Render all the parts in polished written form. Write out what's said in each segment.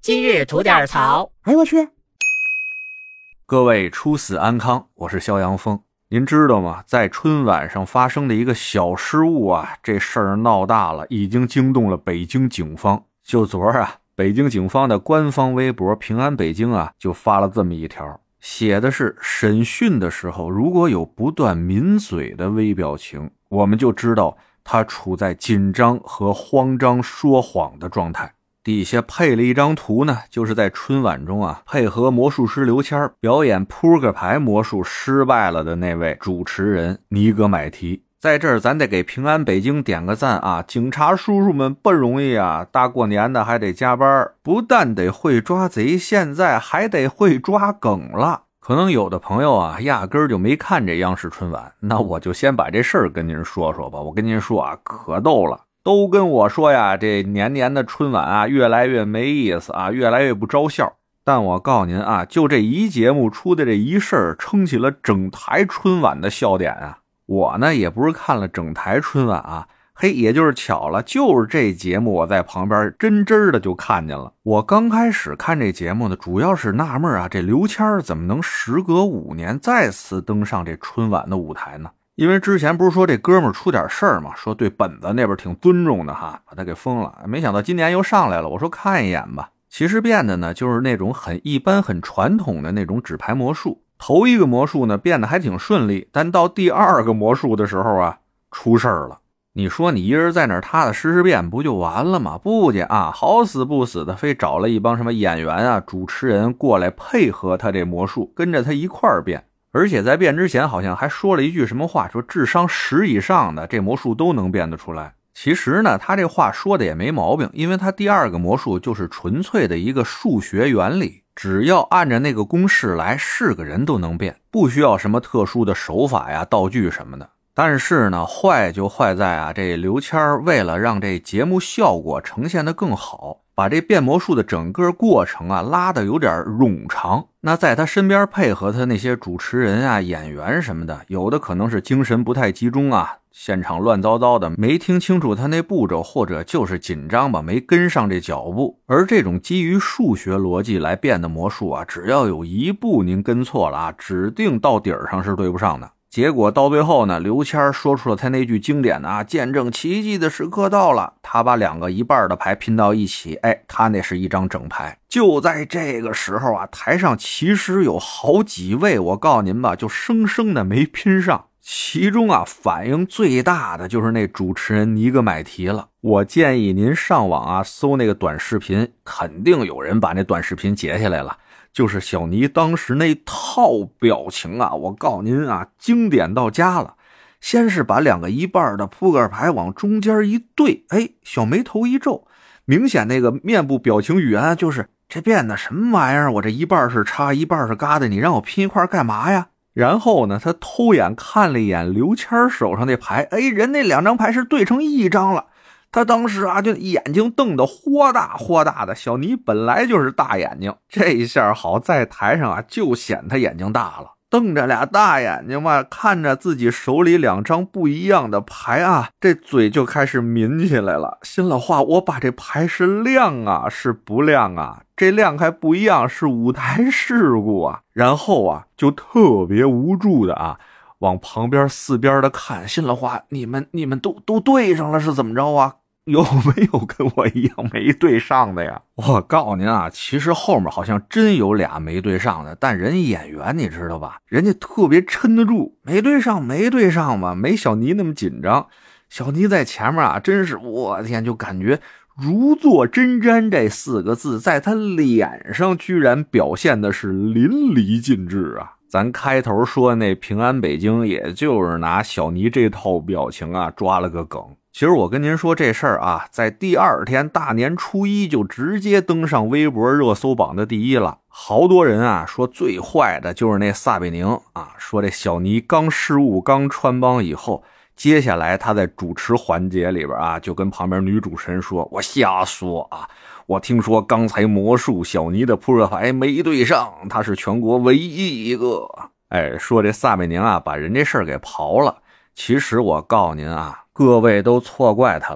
今日吐点槽。 哎我去！ 各位初死安康，我是肖阳峰。您知道吗？在春晚上发生的一个小失误啊，这事儿闹大了，已经惊动了北京警方。就昨儿啊，北京警方的官方微博平安北京啊，就发了这么一条，写的是审讯的时候如果有不断抿嘴的微表情，我们就知道他处在紧张和慌张说谎的状态。底下配了一张图呢，就是在春晚中啊，配合魔术师刘谦表演扑克牌魔术失败了的那位主持人尼格买提。在这儿咱得给平安北京点个赞啊，警察叔叔们不容易啊，大过年的还得加班，不但得会抓贼，现在还得会抓梗了。可能有的朋友啊压根儿就没看这央视春晚，那我就先把这事儿跟您说说吧。我跟您说啊，可逗了，都跟我说呀，这年年的春晚啊越来越没意思啊，越来越不招笑。但我告诉您啊，就这一节目出的这一事儿，撑起了整台春晚的笑点啊。我呢也不是看了整台春晚啊，嘿，也就是巧了，就是这节目我在旁边真的就看见了。我刚开始看这节目呢，主要是纳闷啊，这刘谦怎么能时隔5年再次登上这春晚的舞台呢？因为之前不是说这哥们儿出点事儿嘛，说对本子那边挺尊重的哈，把他给封了。没想到今年又上来了，我说看一眼吧。其实变的呢，就是那种很一般很传统的那种纸牌魔术。头一个魔术呢变得还挺顺利，但到第二个魔术的时候啊，出事儿了。你说你一人在那儿踏踏实实变不就完了吗？不去啊，好死不死的非找了一帮什么演员啊主持人过来配合他这魔术，跟着他一块儿变。而且在变之前好像还说了一句什么话，说智商10以上的这魔术都能变得出来。其实呢他这话说的也没毛病，因为他第二个魔术就是纯粹的一个数学原理，只要按着那个公式来，是个人都能变，不需要什么特殊的手法呀道具什么的。但是呢坏就坏在啊，这刘谦为了让这节目效果呈现得更好，把这变魔术的整个过程啊拉得有点冗长。那在他身边配合他那些主持人啊演员什么的，有的可能是精神不太集中啊，现场乱糟糟的，没听清楚他那步骤，或者就是紧张吧，没跟上这脚步。而这种基于数学逻辑来变的魔术啊，只要有一步您跟错了啊，指定到底儿上是对不上的。结果到最后呢，刘谦说出了他那句经典的啊，见证奇迹的时刻到了。他把两个一半的牌拼到一起，哎，他那是一张整牌。就在这个时候啊，台上其实有好几位，我告诉您吧，就生生的没拼上。其中啊，反应最大的就是那主持人尼格买提了。我建议您上网啊搜那个短视频，肯定有人把那短视频截下来了。就是小尼当时那套表情啊，我告诉您啊，经典到家了。先是把两个一半的扑克牌往中间一对，哎，小眉头一皱，明显那个面部表情语言就是这变的什么玩意儿，我这一半是叉一半是疙瘩，你让我拼一块干嘛呀？然后呢他偷眼看了一眼刘谦手上那牌，哎，人那2张牌是对成一张了。他当时啊就眼睛瞪得豁大豁大的，小尼本来就是大眼睛，这一下好在台上啊就显他眼睛大了，瞪着俩大眼睛嘛，看着自己手里2张不一样的牌啊，这嘴就开始抿起来了。心里话，我把这牌是亮啊是不亮啊，这亮还不一样，是舞台事故啊。然后啊就特别无助的啊往旁边四边的看，心里话，你们都对上了是怎么着啊？有没有跟我一样没对上的呀？我告诉您啊，其实后面好像真有俩没对上的，但人演员你知道吧，人家特别撑得住，没对上嘛，没小尼那么紧张。小尼在前面啊，真是我天，就感觉如坐针毡这4个字在他脸上居然表现的是淋漓尽致啊。咱开头说那平安北京也就是拿小尼这套表情啊抓了个梗。其实我跟您说这事儿啊，在第2天大年初1就直接登上微博热搜榜的第1了。好多人啊说最坏的就是那撒贝宁啊，说这小尼刚失误刚穿帮以后，接下来他在主持环节里边啊就跟旁边女主持人说，我瞎说啊，我听说刚才魔术小尼的扑克牌没对上，他是全国唯一一个。哎，说这撒贝宁啊把人这事儿给刨了。其实我告诉您啊，各位都错怪他了。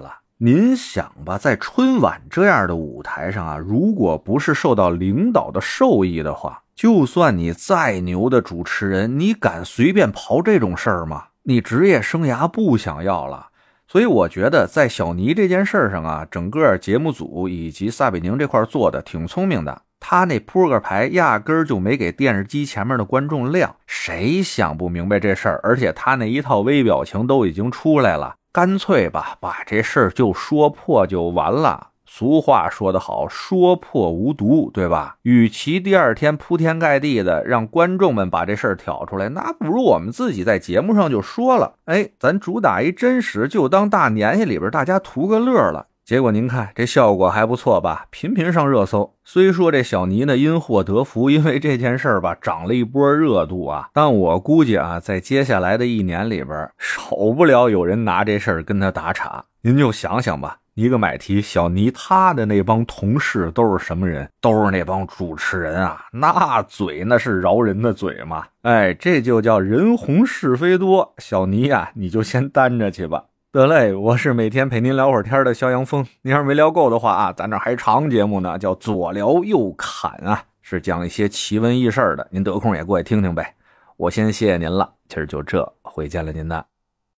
您想吧，在春晚这样的舞台上啊，如果不是受到领导的授意的话，就算你再牛的主持人，你敢随便刨这种事儿吗？你职业生涯不想要了。所以我觉得在小尼这件事上啊，整个节目组以及撒贝宁这块做的挺聪明的。他那扑克牌压根儿就没给电视机前面的观众亮，谁想不明白这事儿？而且他那一套微表情都已经出来了，干脆吧，把这事儿就说破就完了。俗话说得好，说破无毒，对吧？与其第二天铺天盖地的让观众们把这事儿挑出来，那不如我们自己在节目上就说了，咱主打一真实，就当大年夜里边大家图个乐了。结果您看这效果还不错吧，频频上热搜。虽说这小尼呢因祸得福，因为这件事儿吧涨了一波热度啊，但我估计啊，在接下来的一年里边，少不了有人拿这事儿跟他打岔。您就想想吧，一个买题，小尼他的那帮同事都是什么人？都是那帮主持人啊，那嘴那是饶人的嘴嘛。这就叫人红是非多。小尼啊，你就先担着去吧。得嘞，我是每天陪您聊会儿天的肖阳峰。您要是没聊够的话啊，咱这还长节目呢，叫左聊右侃啊，是讲一些奇闻异事的，您得空也过来听听呗。我先谢谢您了，今儿就这，回见了您的。